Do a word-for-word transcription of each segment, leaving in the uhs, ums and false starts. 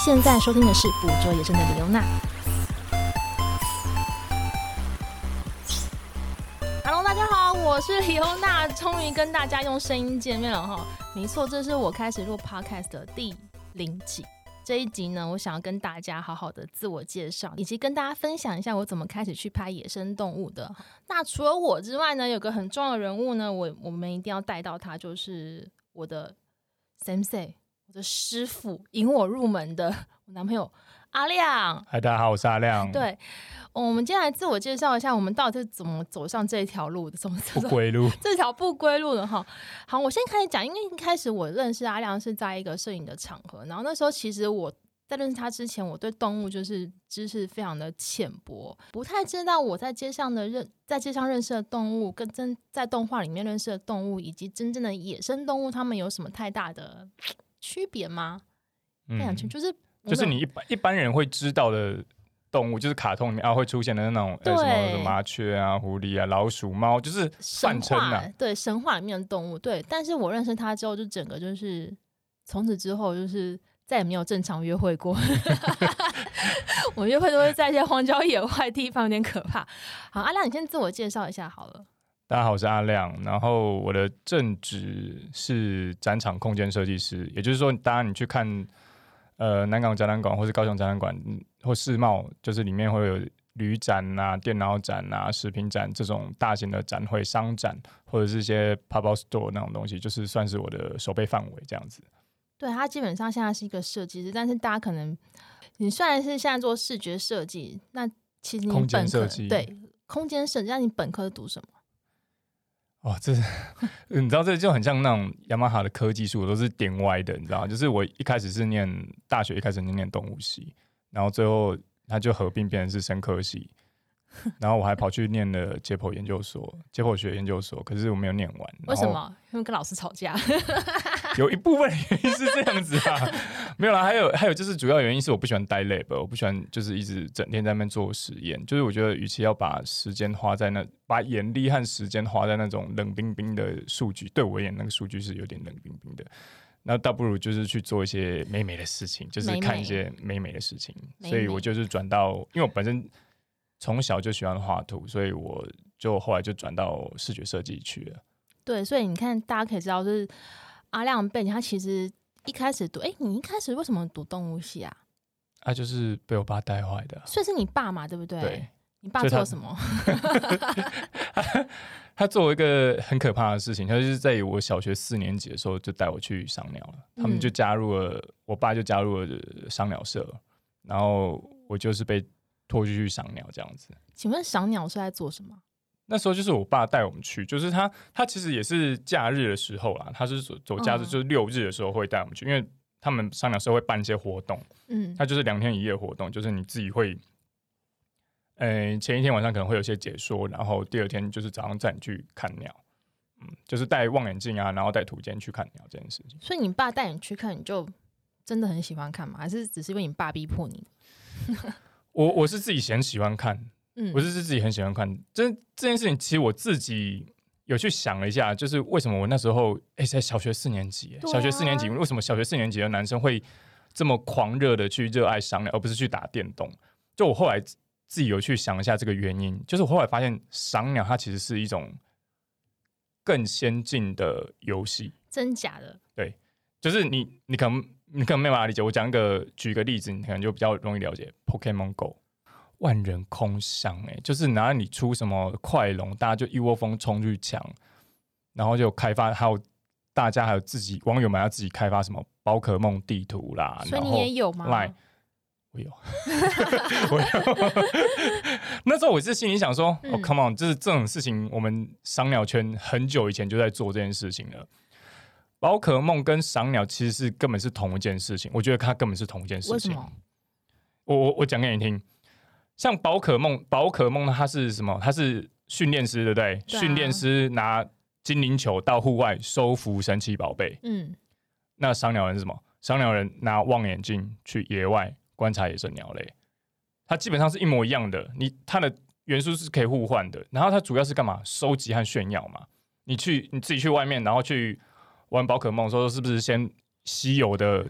现在收听的是《捕捉野生的李欧娜》。Hello， 大家好，我是李欧娜，终于跟大家用声音见面了哈。没错，这是我开始录 Podcast 的第零集。这一集呢，我想要跟大家好好的自我介绍，以及跟大家分享一下我怎么开始去拍野生动物的。那除了我之外呢，有个很重要的人物呢，我我们一定要带到他，就是我的 sensei， 我的师傅，引我入门的我男朋友阿亮。 嗨，大家好，我是阿亮。 对，我们接下来自我介绍一下，我们到底是怎么走上这一条路的，怎么不归路， 这条不归路的哈。好，我先开始讲，因为一开始我认识阿亮是在一个摄影的场合，然后那时候其实我在认识他之前，我对动物就是知识非常的浅薄，不太知道我在街上的认在街上认识的动物，跟真在动画里面认识的动物，以及真正的野生动物，它们有什么太大的区别吗？嗯，就是就是你一般一般人会知道的动物，就是卡通里面啊会出现的那种，呃、什么什么麻雀啊、狐狸啊、老鼠、猫，就是泛称啊， 对，神话里面的动物。对，但是我认识他之后，就整个就是从此之后就是再也没有正常约会过。我约会都会在一些荒郊野外地方，有点可怕。好，阿亮，你先自我介绍一下好了。 大家好，我是阿亮，然后我的正职是展场空间设计师，也就是说，当然你去看呃南港展览馆或是高雄展览馆或世贸，就是里面会有旅展啊、电脑展啊、食品展这种大型的展会、商展，或者是一些 pop-up store 那种东西，就是算是我的手背范围这样子。 对，他基本上现在是一个设计师，但是大家可能你虽然是现在做视觉设计，那其实你本科空间设计， 对空间设计，那你本科是读什么？ 哦，这你知道这就很像那种雅马哈的科技树都是点歪的，你知道，就是我一开始是念大学，一开始是念动物系，然后最后他就合并变成是生科系，然后我还跑去念了解剖研究所、解剖学研究所，可是我没有念完。 为什么？因为跟老师吵架。 有一部分原因是这样子啊，没有啦，还有还有就是主要原因是我不喜欢待 lab， 我不喜欢就是一直整天在那边做实验，就是我觉得与其要把时间花在那，把眼力和时间花在那种冷冰冰的数据，对我而言那个数据是有点冷冰冰的，那倒不如就是去做一些美美的事情，就是看一些美美的事情，美美所以我就是转到，因为我本身从小就喜欢画图，所以我就后来就转到视觉设计去了。 对，所以你看，大家可以知道，就是阿亮的背景，他其实一开始读，哎，你一开始为什么读动物系啊？ 啊，就是被我爸带坏的。 所以是你爸嘛，对不对？ 对。 你爸做什么？ 他, 他做一个很可怕的事情，他就是在我小学四年级的时候就带我去赏鸟了。他们就加入了，嗯、我爸就加入了赏鸟社，然后我就是被拖出去赏鸟这样子。 请问赏鸟是在做什么？ 那时候就是我爸带我们去，就是他他其实也是假日的时候啦，他是走假日，就是六日的时候会带我们去，因为他们赏鸟社会办一些活动，嗯，他就是两天一夜活动，就是你自己会，呃，前一天晚上可能会有些解说，然后第二天就是早上载你去看鸟，嗯，就是戴望远镜啊，然后带图鉴去看鸟这件事情。 所以你爸带你去看，你就真的很喜欢看吗？还是只是因为你爸逼迫你？ 我我是自己很喜欢看。嗯、我是自己很喜欢看这这件事情，其实我自己有去想了一下，就是为什么我那时候哎、欸，在小学四年级、啊，小学四年级为什么小学四年级的男生会这么狂热的去热爱赏鸟，而不是去打电动？就我后来自己有去想一下这个原因，就是我后来发现赏鸟它其实是一种更先进的游戏， 真假的？ 对，就是你你可能你可能没办法理解。我讲一个举一个例子，你可能就比较容易了解 Pokemon Go。万人空巷哎、欸，就是哪里出什么快龙，大家就一窝蜂冲去抢，然后就开发，还有大家还有自己网友们要自己开发什么宝可梦地图啦。 所以你也有吗？ 来，我有，我有。那时候我是心里想说，嗯、哦 ，come on， 就是这种事情，我们赏鸟圈很久以前就在做这件事情了。宝可梦跟赏鸟其实是根本是同一件事情，我觉得它根本是同一件事情。 为什么？ 我我我讲给你听。像宝可梦，宝可梦它是什么？它是训练师，对不对？训练、啊、师拿精灵球到户外收服神奇宝贝。嗯，那赏鸟人是什么？赏鸟人拿望远镜去野外观察野生鸟类，它基本上是一模一样的。你它的元素是可以互换的，然后它主要是干嘛？收集和炫耀嘛。你去你自己去外面，然后去玩宝可梦的时候，是不是先稀有的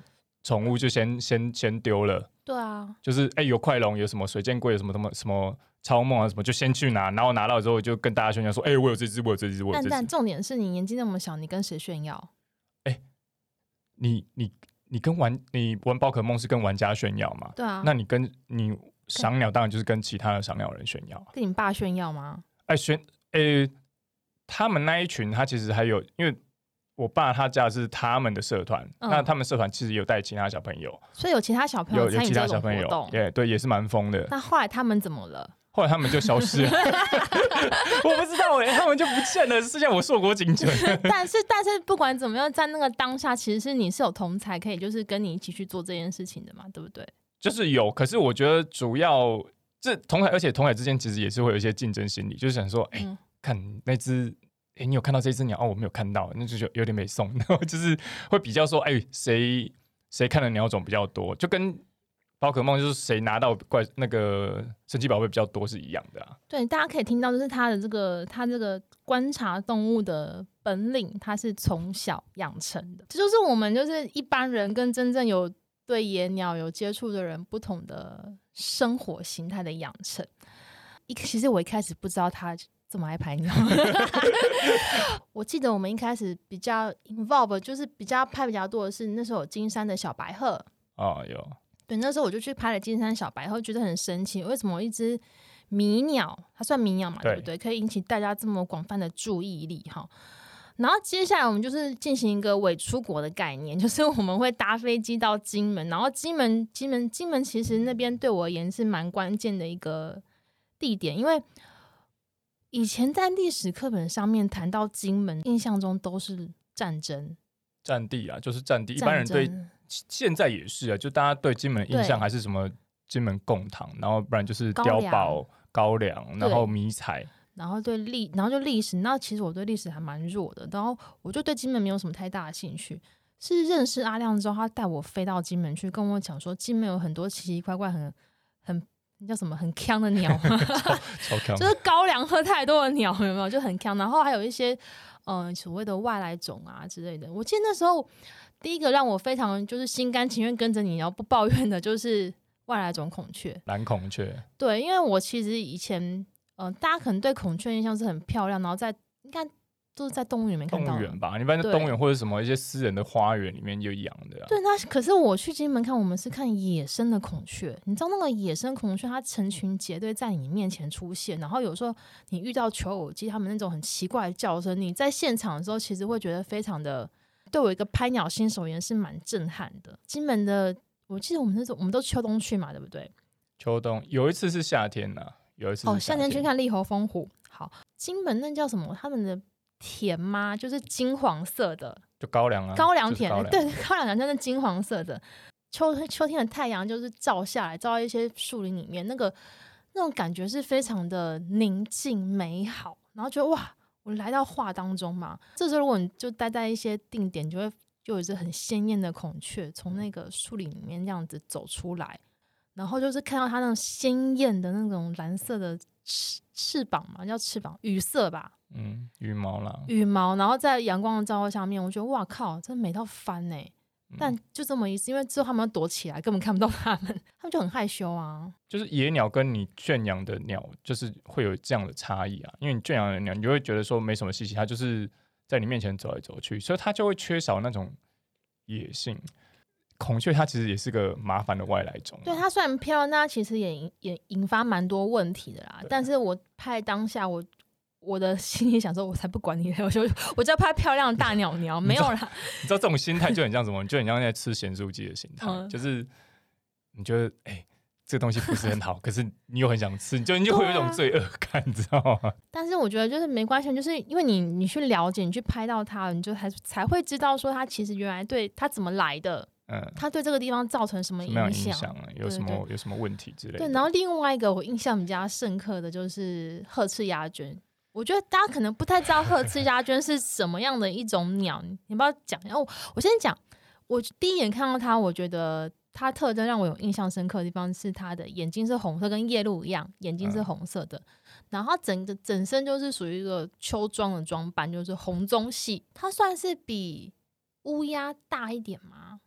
宠物就先先先丢了。 对啊， 就是哎、欸，有快龙，有什么水箭龟，有什么什么什么超梦啊，什么就先去拿，然后拿到之后就跟大家宣扬说，哎、欸，我有这只，我有这只，我有这只。 但但重点是你年纪那么小，你跟谁炫耀？ 哎、欸，你你你跟玩你玩宝可梦是跟玩家炫耀嘛？ 对啊， 那你跟你赏鸟当然就是跟其他的赏鸟人炫耀。 跟你爸炫耀吗？ 哎、欸，炫哎、欸，他们那一群，他其实还有因为。我爸他家是他们的社团、嗯，那他们社团其实有带其他小朋友， 所以有其他小朋友参与这种活动， 对对，也是蛮疯的。 那后来他们怎么了？ 后来他们就消失了，我不知道哎、欸，他们就不见了，是像我硕果仅存。 但是但是不管怎么样，在那个当下，其实是你是有同才可以，就是跟你一起去做这件事情的嘛，对不对？ 就是有，可是我觉得主要这同台，而且同台之间其实也是会有一些竞争心理，就是想说，哎、欸嗯，看那只。哎、欸，你有看到这只鸟哦？我没有看到，那就有点没送。然后就是会比较说，哎、欸，谁谁看的鸟种比较多，就跟宝可梦就是谁拿到怪那个神奇宝贝比较多是一样的啊。 对，大家可以听到，就是他的这个他这个观察动物的本领，他是从小养成的。这就是我们就是一般人跟真正有对野鸟有接触的人不同的生活形态的养成。一其实我一开始不知道他。这么爱拍鸟我记得我们一开始比较 involve 就是比较拍比较多的是那时候有金山的小白鹤哦，有对，那时候我就去拍了金山小白鹤，觉得很神奇，为什么一只迷鸟，它算迷鸟嘛， 对, 对不对？可以引起大家这么广泛的注意力哈。然后接下来我们就是进行一个伪出国的概念，就是我们会搭飞机到金门，然后金门金门金门其实那边对我而言是蛮关键的一个地点，因为以前在历史课本上面谈到金门，印象中都是战争战地啊，就是战地。一般人对现在也是啊，就大家对金门的印象还是什么金门贡糖，然后不然就是碉堡、高粱，然后迷彩， 然后对历，然后就历史。那其实我对历史还蛮弱的，然后我就对金门没有什么太大的兴趣。是认识阿亮之后，他带我飞到金门去，跟我讲说金门有很多奇奇怪怪、很很。叫什么很鏘的鸟超超鏘， 就是高粱喝太多的鸟，有没有就很鏘？然后还有一些嗯、呃、所谓的外来种啊之类的。我记得那时候第一个让我非常就是心甘情愿跟着你，然后不抱怨的就是外来种孔雀， 蓝孔雀。 对，因为我其实以前呃大家可能对孔雀印象是很漂亮，然后在应该。都是在动物园里面看到的， 动物园吧，一般在动物园或者什么一些私人的花园里面有养的、啊。 对，那可是我去金门看，我们是看野生的孔雀。你知道那个野生孔雀，它成群结队在你面前出现，然后有时候你遇到求偶机，他们那种很奇怪的叫声，你在现场的时候，其实会觉得非常的，对我一个拍鸟新手而言是蛮震撼的。金门的，我记得我们那时候我们都秋冬去嘛，对不对？ 秋冬有一次是夏天呐、啊，有一次是夏天哦， 夏天去看立猴风虎。好，金门那叫什么？他们的。田吗？就是金黄色的， 就高粱啊， 高粱田， 就是、高对，高粱田就是金黄色的。秋秋天的太阳就是照下来，照到一些树林里面，那个那种感觉是非常的宁静美好，然后觉得哇，我来到画当中嘛。这时候如果你就待在一些定点，就会就有一只很鲜艳的孔雀从那个树林里面这样子走出来，然后就是看到它那种鲜艳的那种蓝色的翅翅膀嘛，叫翅膀，羽色吧。 嗯，羽毛啦， 羽毛，然后在阳光的照耀下面，我觉得哇靠，真美到翻哎、欸嗯！但就这么一次，因为之后他们要躲起来，根本看不到他们，他们就很害羞啊。 就是野鸟跟你圈养的鸟，就是会有这样的差异啊。因为你圈养的鸟，你就会觉得说没什么稀奇，它就是在你面前走来走去，所以它就会缺少那种野性。孔雀它其实也是个麻烦的外来种、啊， 对它虽然漂亮，但它其实也也引发蛮多问题的啦。但是我拍当下我。我的心里想说，我才不管你，我就我就要拍漂亮的大鸟鸟，没有啦。 你知道这种心态就很像什么？就很像在吃咸酥鸡的心态，嗯、就是你觉得哎、欸，这个东西不是很好，可是你又很想吃，你就你就会有一种罪恶感，你知道吗？ 但是我觉得就是没关系，就是因为你你去了解，你去拍到它，你就还才会知道说它其实原来对它怎么来的。嗯，他对这个地方造成什么影响？ 影响啊？有什么对对对有什么问题之类的？ 对，然后另外一个我印象比较深刻的就是褐翅鸦鹃。我觉得大家可能不太知道褐翅鸦鹃是什么样的一种鸟，你要不要讲？然后我先讲，我第一眼看到它，我觉得它特征让我有印象深刻的地方是它的眼睛是红色，跟夜鹭一样，眼睛是红色的。嗯、然后它整个整身就是属于一个秋装的装扮，就是红棕系。它算是比乌鸦大一点吗？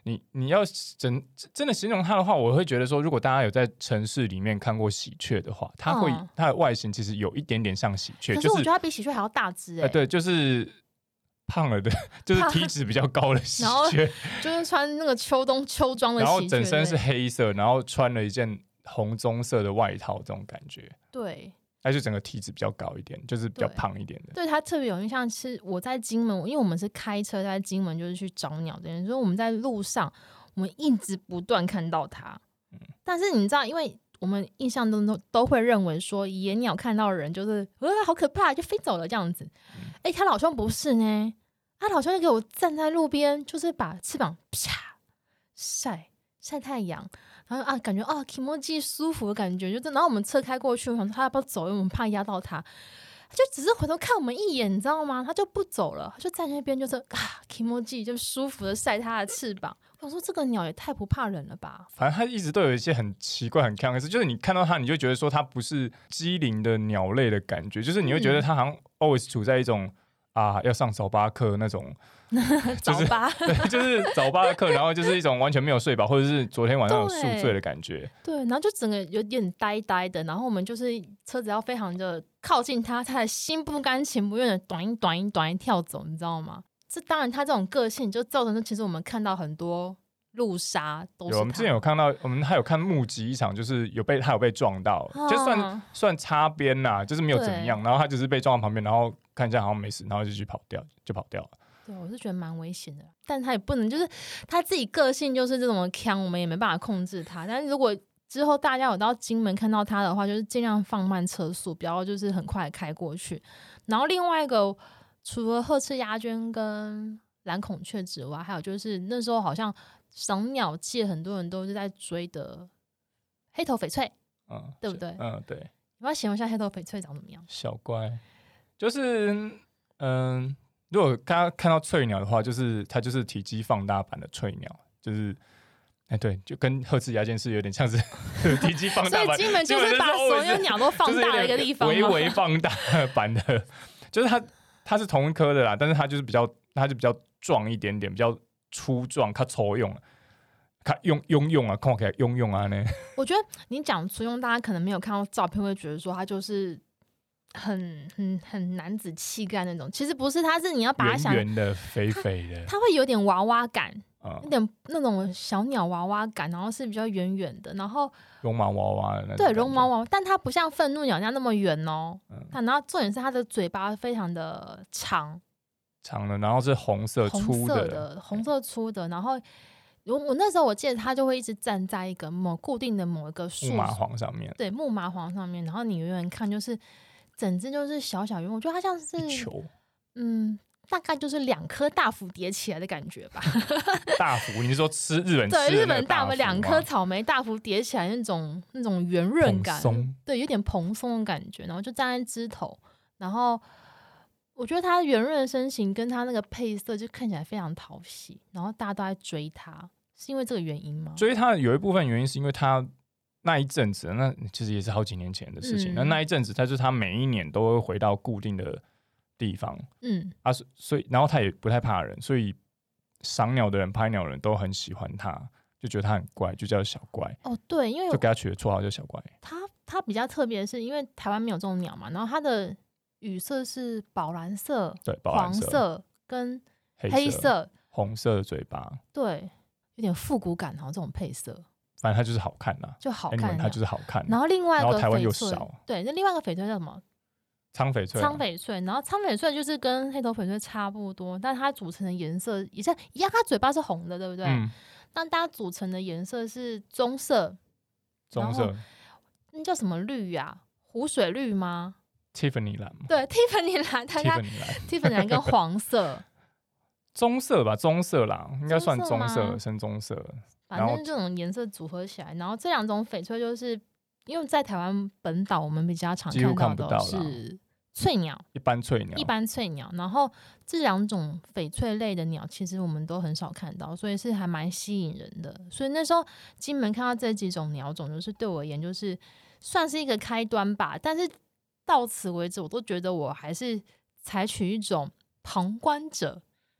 你你要真真的形容它的话，我会觉得说，如果大家有在城市里面看过喜鹊的话，它会、嗯、它的外形其实有一点点像喜鹊， 可是我觉得它比喜鹊还要大只哎、欸呃。 对，就是胖了的，就是体脂比较高的喜鹊， 就是穿那个秋冬秋装的喜鹊， 然后整身是黑色，然后穿了一件红棕色的外套，这种感觉。 对。 它就整个体脂比较高一点，就是比较胖一点的。 对，对它特别有印象是我在金门，因为我们是开车在金门，就是去找鸟的人，所以我们在路上，我们一直不断看到它。嗯、但是你知道，因为我们印象中都都会认为说野鸟看到人就是呃好可怕，就飞走了这样子。哎、嗯，他老兄不是呢，他老兄就给我站在路边，就是把翅膀啪晒晒太阳。然后啊，感觉啊 ，kimoji 舒服的感觉，就然后我们车开过去，我想说他要不要走，因为我们怕压到他，他就只是回头看我们一眼，你知道吗？他就不走了，他就站在那边，就是啊 ，kimoji 就舒服的晒他的翅膀。我想说这个鸟也太不怕人了吧！ 反正它一直都有一些很奇怪、很看的事，就是你看到它，你就觉得说它不是机灵的鸟类的感觉，就是你会觉得它好像 always 处在一种。啊，要上早八课那种， 早八、 就是、对，就是早八的课，然后就是一种完全没有睡饱，或者是昨天晚上有宿醉的感觉。 对，对然后就整个有点呆呆的，然后我们就是车子要非常的靠近它，它的心不甘情不愿的短音短音短音跳走，你知道吗？这当然，它这种个性就造成，其实我们看到很多路杀都是有，我们之前有看到，我们还有看目击一场，就是有被他有被撞到，哦、就算算擦边啦，就是没有怎么样，然后他只是被撞到旁边，然后看一下好像没事，然后就去跑掉，就跑掉了。 对，我是觉得蛮危险的，但他也不能，就是他自己个性就是这种强，我们也没办法控制他。但是如果之后大家有到金门看到他的话，就是尽量放慢车速，不要就是很快开过去。然后另外一个，除了褐翅鸦鹃跟蓝孔雀之外，还有就是那时候好像。赏鸟界很多人都是在追的黑头翡翠，嗯，对不对？ 嗯，对。 你要形容一下黑头翡翠长怎么样？ 小乖，就是嗯，如果大家看到翠鸟的话，就是它就是体积放大版的翠鸟，就是哎、欸，对，就跟褐翅鸦鹃是有点像是体积放大版， 所以金门就是把所有鸟都放大的一个地方， 微微放大版的，就是它它是同一科的啦，但是它就是比较它就比较壮一点点，比较。粗壮，较粗用，较用用用啊，看起来用用啊呢。 我觉得你讲粗用，大家可能没有看到照片，会觉得说它就是很很很男子气概那种。其实不是，它是你要把它想圆圆的、肥肥的， 它会有点娃娃感，嗯、有点那种小鸟娃娃感，然后是比较圆圆的，然后绒毛娃娃的那种。 对，绒毛娃娃，但它不像愤怒鸟那样那么圆哦。嗯、然后重点是它的嘴巴非常的长。 长的，然后是红色粗的， 红色的，红色粗的。然后我我那时候我记得他就会一直站在一个某固定的某一个树木麻黄上面， 对，木麻黄上面。然后你远远看，就是整只就是小小圆，我觉得它像是一球， 嗯，大概就是两颗大福叠起来的感觉吧。 大福，你是说吃日本吃对日本大福两颗草莓大福叠起来那种那种圆润感，对，有点蓬松的感觉。然后就站在枝头，然后。我觉得他圆润的身形跟他那个配色就看起来非常讨喜，然后大家都在追他，是因为这个原因吗？ 追他有一部分原因是因为他那一阵子，那其实也是好几年前的事情。嗯、那那一阵子，他就是他每一年都会回到固定的地方，嗯啊，所以然后他也不太怕人，所以赏鸟的人、拍鸟的人都很喜欢他，就觉得他很乖，就叫小乖。 哦，对，因为就给他取的绰号叫小乖。 他他比较特别的是，因为台湾没有这种鸟嘛，然后他的。羽色是宝蓝色、 对宝蓝色黄色跟黑色， 色红色的嘴巴， 对，有点复古感，好像这种配色， 反正它就是好看啦， 就好看， 它就是好看。 然后另外一个然后台湾又少， 对，那另外一个翡翠叫什么？ 苍翡翠、啊， 苍翡翠。然后苍翡翠就是跟黑头翡翠差不多，但它组成的颜色也是一样，它嘴巴是红的，对不对？嗯。但它组成的颜色是棕色， 棕色， 那叫什么绿呀、啊？湖水绿吗 ？Tiffany 蓝， 对 Tiffany 蓝，它 Tiffany 蓝 ，Tiffany 蓝跟黄色， 棕色吧，棕色啦，应该算棕色，深棕色。 反正这种颜色组合起来，然后这两种翡翠就是因为在台湾本岛，我们比较常看到的是翠鸟， 一般翠鸟， 一般翠鸟。然后这两种翡翠类的鸟，其实我们都很少看到，所以是还蛮吸引人的。所以那时候金门看到这几种鸟种，就是对我而言，就是算是一个开端吧。但是到此为止，我都觉得我还是采取一种旁观者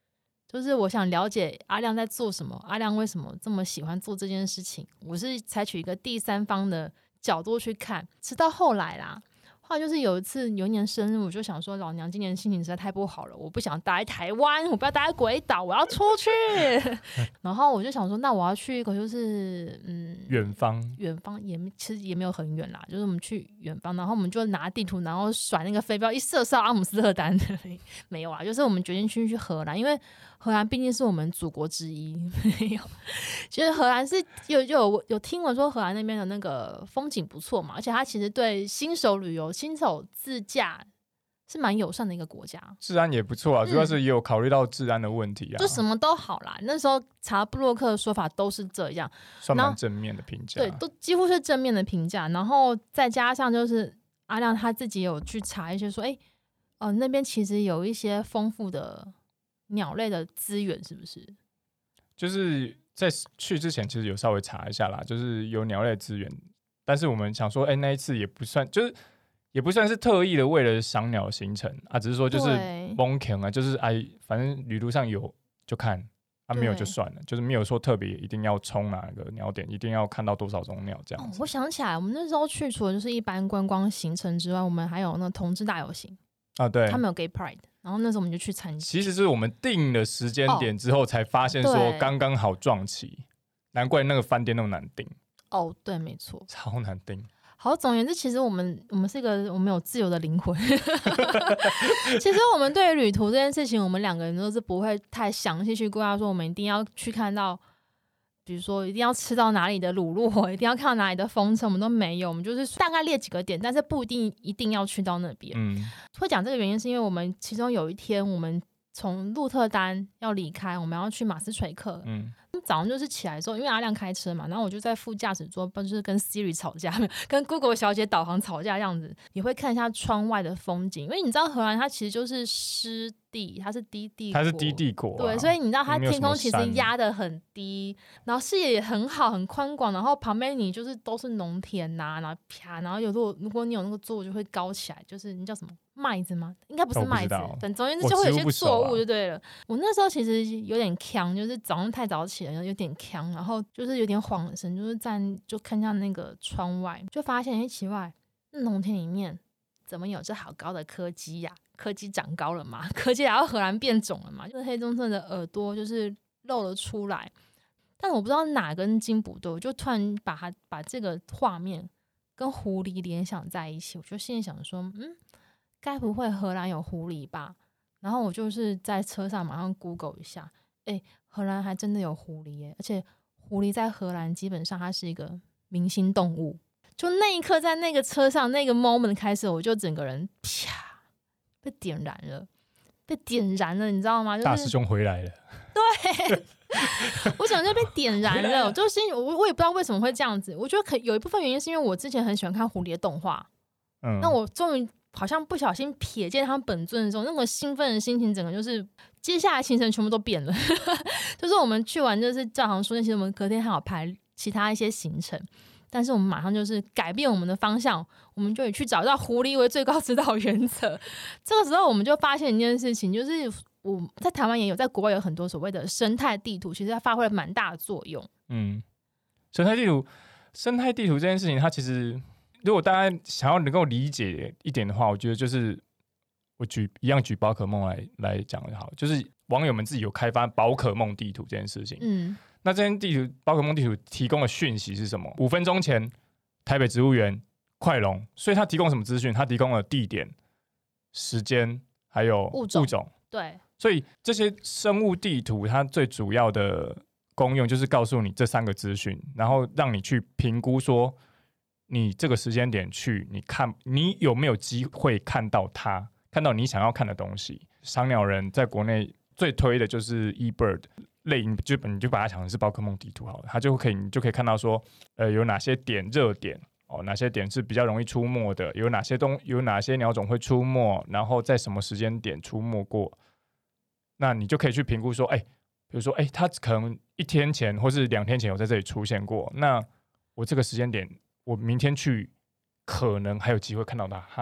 就是我想了解阿亮在做什么，阿亮为什么这么喜欢做这件事情，我是采取一个第三方的角度去看，直到后来啦。后来就是有一次有一年生日，我就想说老娘今年心情实在太不好了，我不想待在台湾，我不要待在鬼岛，我要出去然后我就想说那我要去一个就是嗯远方远方也其实也没有很远啦，就是我们去远方，然后我们就拿地图然后甩那个飞镖一射射阿姆斯特丹没有啦，就是我们决定去去荷兰，因为荷兰毕竟是我们祖国之一没有，其实荷兰是有有有听闻说荷兰那边的那个风景不错嘛，而且它其实对新手旅游新手自驾是蛮友善的一个国家， 治安也不错啊、嗯、主要是也有考虑到治安的问题啊， 就什么都好啦，那时候查布洛克的说法都是这样， 算蛮正面的评价， 对，都几乎是正面的评价，然后再加上就是阿亮他自己有去查一些说哎、欸呃，那边其实有一些丰富的鸟类的资源，是不是？ 就是在去之前其实有稍微查一下啦，就是有鸟类资源，但是我们想说哎、欸，那一次也不算就是也不算是特意的为了赏鸟行程啊，只是说就是蒙坑啊，就是哎，反正旅途上有就看啊，没有就算了，就是没有说特别一定要冲哪个鸟点，一定要看到多少种鸟这样子、 哦、我想起来我们那时候去除了就是一般观光行程之外，我们还有那同志大游行啊，对， 他们有 Gay Pride， 然后那时候我们就去参加， 其实是我们定了时间点之后才发现说刚刚好撞齐、哦、难怪那个饭店那么难订哦，对，没错， 超难订。 好，总而言之，其实我们我们是一个我们有自由的灵魂。其实我们对于旅途这件事情，我们两个人都是不会太详细去规划，说我们一定要去看到，比如说一定要吃到哪里的乳酪，一定要看到哪里的风车，我们都没有。我们就是大概列几个点，但是不一定一定要去到那边。嗯，会讲这个原因是因为我们其中有一天我们从鹿特丹要离开，我们要去马斯垂克。嗯。早上就是起来之后，因为阿亮开车嘛，然后我就在副驾驶座，就是跟 Siri 吵架，跟 Google 小姐导航吵架这样子。你会看一下窗外的风景，因为你知道荷兰它其实就是湿地，它是低地国， 它是低地国、啊， 对，所以你知道它天空其实压得很低，然后视野也很好，很宽广，然后旁边你就是都是农田呐、啊，然后啪，然后有时候如果你有那个作物就会高起来，就是你叫什么麦子吗？应该不是麦子，但总而言之就会有些作物就对了。我, 我那时候其实有点呛，就是早上太早起来有点呛，然后就是有点晃神，就是站就看向那个窗外，就发现哎奇怪，那农田里面怎么有这好高的柯基呀、啊？柯基长高了嘛？柯基来到荷兰变种了嘛？就是黑棕色的耳朵就是露了出来，但我不知道哪根筋不对，我就突然把它把这个画面跟狐狸联想在一起，我就心里想说，嗯，该不会荷兰有狐狸吧？然后我就是在车上马上 Google 一下，哎，荷兰还真的有狐狸耶，而且狐狸在荷兰基本上它是一个明星动物。就那一刻，在那个车上那个 moment 开始，我就整个人啪被点燃了，被点燃了，你知道吗？就是、 大师兄回来了。 对，我想就被点燃了。我就心我我也不知道为什么会这样子。我觉得可有一部分原因是因为我之前很喜欢看狐狸的动画，嗯，那我终于好像不小心瞥见他们本尊的时候，那种兴奋的心情，整个就是接下来行程全部都变了。就是我们去完就是教堂书店，其实我们隔天还有排其他一些行程。但是我们马上就是改变我们的方向，我们就以去找到狐狸为最高指导原则。这个时候我们就发现一件事情，就是我在台湾也有，在国外有很多所谓的生态地图，其实它发挥了蛮大的作用。嗯， 生态地图，生态地图这件事情，它其实如果大家想要能够理解一点的话，我觉得就是我举一样举宝可梦来来讲就好，就是网友们自己有开发宝可梦地图这件事情。嗯。那这间地图宝可梦地图提供的讯息是什么？五分钟前台北植物园快龙，所以它提供什么资讯？它提供了地点、时间还有物种。物种对， 所以这些生物地图它最主要的功用就是告诉你这三个资讯，然后让你去评估说你这个时间点去，你看你有没有机会看到它，看到你想要看的东西。赏鸟人在国内最推的就是 eBird。类就你就把它想成是宝可梦地图好了，它就可以你就可以看到说，呃，有哪些点热点哦，哪些点是比较容易出没的，有哪些东有哪些鸟种会出没，然后在什么时间点出没过，那你就可以去评估说，哎，比如说，哎，它可能一天前或是两天前有在这里出现过，那我这个时间点，我明天去可能还有机会看到它哈。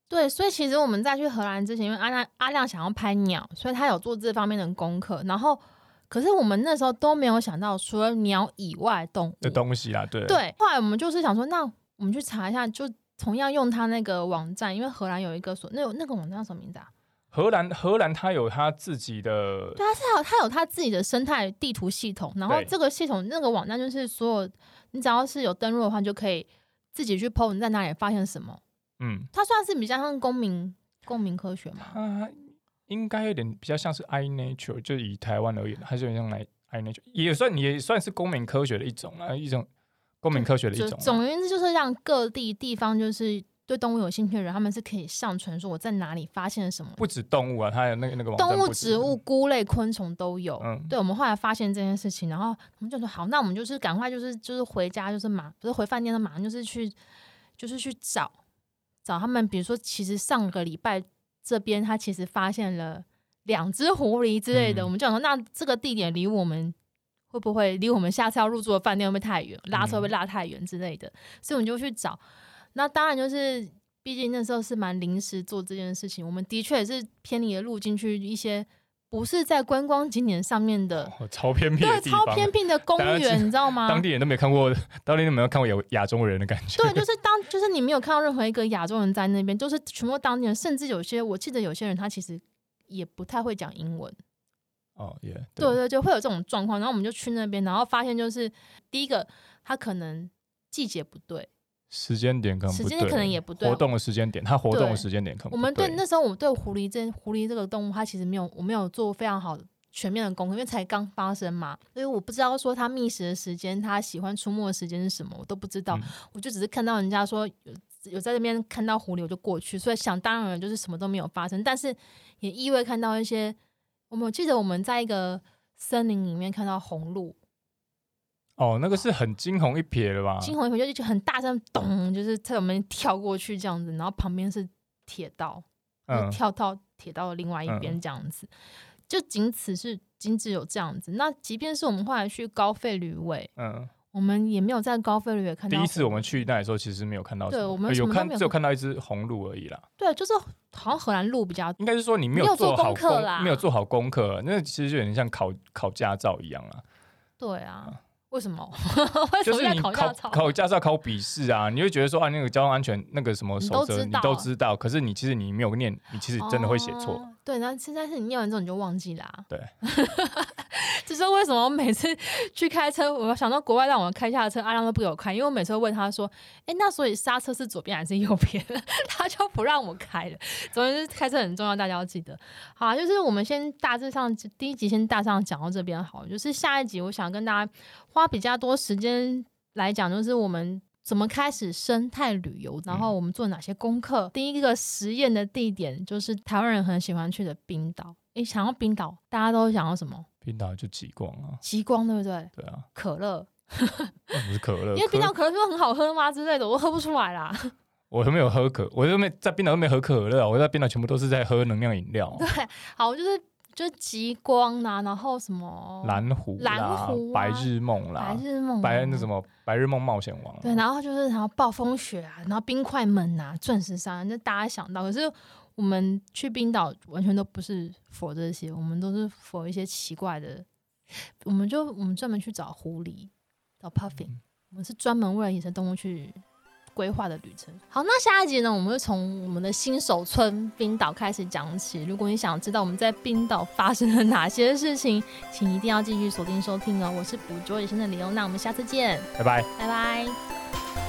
对，所以其实我们在去荷兰之前，因为阿亮阿亮想要拍鸟，所以他有做这方面的功课。然后，可是我们那时候都没有想到，除了鸟以外的动物的东西啦，对对。后来我们就是想说，那我们去查一下，就同样用他那个网站，因为荷兰有一个所那那个网站叫什么名字啊？ 荷兰荷兰它有它自己的， 对，它有它有它自己的生态地图系统，然后这个系统那个网站就是所有你只要是有登录的话，你就可以自己去 po 你在哪里发现什么。嗯，它算是比较像公民公民科学吗？ 它应该有点比较像是 iNature， 就以台湾而言，还是有点像 iNature， 也算也算是公民科学的一种啦，一种公民科学的一种。 总而言之，就是让各地地方就是对动物有兴趣的人，他们是可以上传说我在哪里发现了什么。 不止动物啊，它有那个那个网站动物、植物、菇类、昆虫都有。 嗯， 对，我们后来发现这件事情，然后我们就说好，那我们就是赶快就是就是回家，就是马不是回饭店的马上就是去就是去找。找他们，比如说，其实上个礼拜这边他其实发现了两只狐狸之类的，嗯、我们就想说，那这个地点离我们会不会离我们下次要入住的饭店会不会太远，拉车会不会拉太远之类的，嗯、所以我们就去找。那当然就是，毕竟那时候是蛮临时做这件事情，我们的确也是偏离了路进去一些。不是在观光景点上面的， 哦、超偏僻的地方， 对，超偏僻的公园，你知道吗？ 当地人都没看过，当地人没有看过有亚洲人的感觉。 对，就是当就是你没有看到任何一个亚洲人在那边，就是全部当地人，甚至有些我记得有些人他其实也不太会讲英文。 哦，也、yeah, 对对对，会有这种状况。然后我们就去那边，然后发现就是第一个，他可能季节不对。 时间点可能不对， 时间可能也不对， 活动的时间点，它活动的时间点可能不对。 我们对那时候我们对狐狸这狐狸这个动物，它其实没有我没有做非常好的全面的功课，因为才刚发生嘛，所以我不知道说它觅食的时间，它喜欢出没的时间是什么，我都不知道。嗯、我就只是看到人家说有有在这边看到狐狸，我就过去，所以想当然就是什么都没有发生，但是也意外看到一些。我们记得我们在一个森林里面看到红鹿。 哦，那个是很惊鸿一瞥了吧？ 惊鸿一瞥就很大声，咚，就是在我们跳过去这样子，然后旁边是铁道，嗯、跳到铁道的另外一边这样子，嗯、就仅此是仅只有这样子。那即便是我们后来去高费吕尾，嗯，我们也没有在高费吕尾看到。 第一次我们去那的时候，其实没有看到什么， 对，我们有看只有看到一只红鹿而已啦。 对，就是好像荷兰鹿比较， 应该是说你没有做好功课啦， 没有做好功课，那其实就有点像考考驾照一样啦。 对啊。嗯为什么？ 就是你考考驾照考笔试啊，你会觉得说啊，那个交通安全那个什么守则你都知道，可是你其实你没有念，你其实真的会写错。哦、 对，然后现在是你念完之后你就忘记啦、啊。 对， 这是为什么我每次去开车，我想到国外让我开下的车，阿亮都不给我开，因为我每次会问他说：“哎，那所以刹车是左边还是右边？”他就不让我开了。总之，开车很重要，大家要记得。好、啊，就是我们先大致上第一集先大致上讲到这边好了，就是下一集我想跟大家花比较多时间来讲，就是我们怎么开始生态旅游，然后我们做哪些功课。嗯、第一个实验的地点就是台湾人很喜欢去的冰岛。诶，想要冰岛，大家都想要什么？ 冰岛就极光啊， 极光对不对？ 对啊， 可乐， 不是可乐， 因为冰岛可乐是很好喝吗之类的，我都喝不出来啦。 我都没有喝可，我都没在冰岛都没喝可乐，我在冰岛全部都是在喝能量饮料。 对，好，就是就是极光啦、啊，然后什么蓝湖、 蓝湖、 啊、白日梦啦、 白日梦、 白那什么白日梦冒险王、啊。 对，然后就是然后暴风雪啊，然后冰块门啊，钻石山，那大家想到，可是。我们去冰岛完全都不是 for 这些，我们都是 for 一些奇怪的，我们就我们专门去找狐狸，找 puffin，、嗯、我们是专门为了野生动物去规划的旅程。好，那下一集呢，我们会从我们的新手村冰岛开始讲起。如果你想知道我们在冰岛发生了哪些事情，请一定要继续锁定收听哦。我是捕捉野生的李欧娜，我们下次见， 拜拜， 拜拜。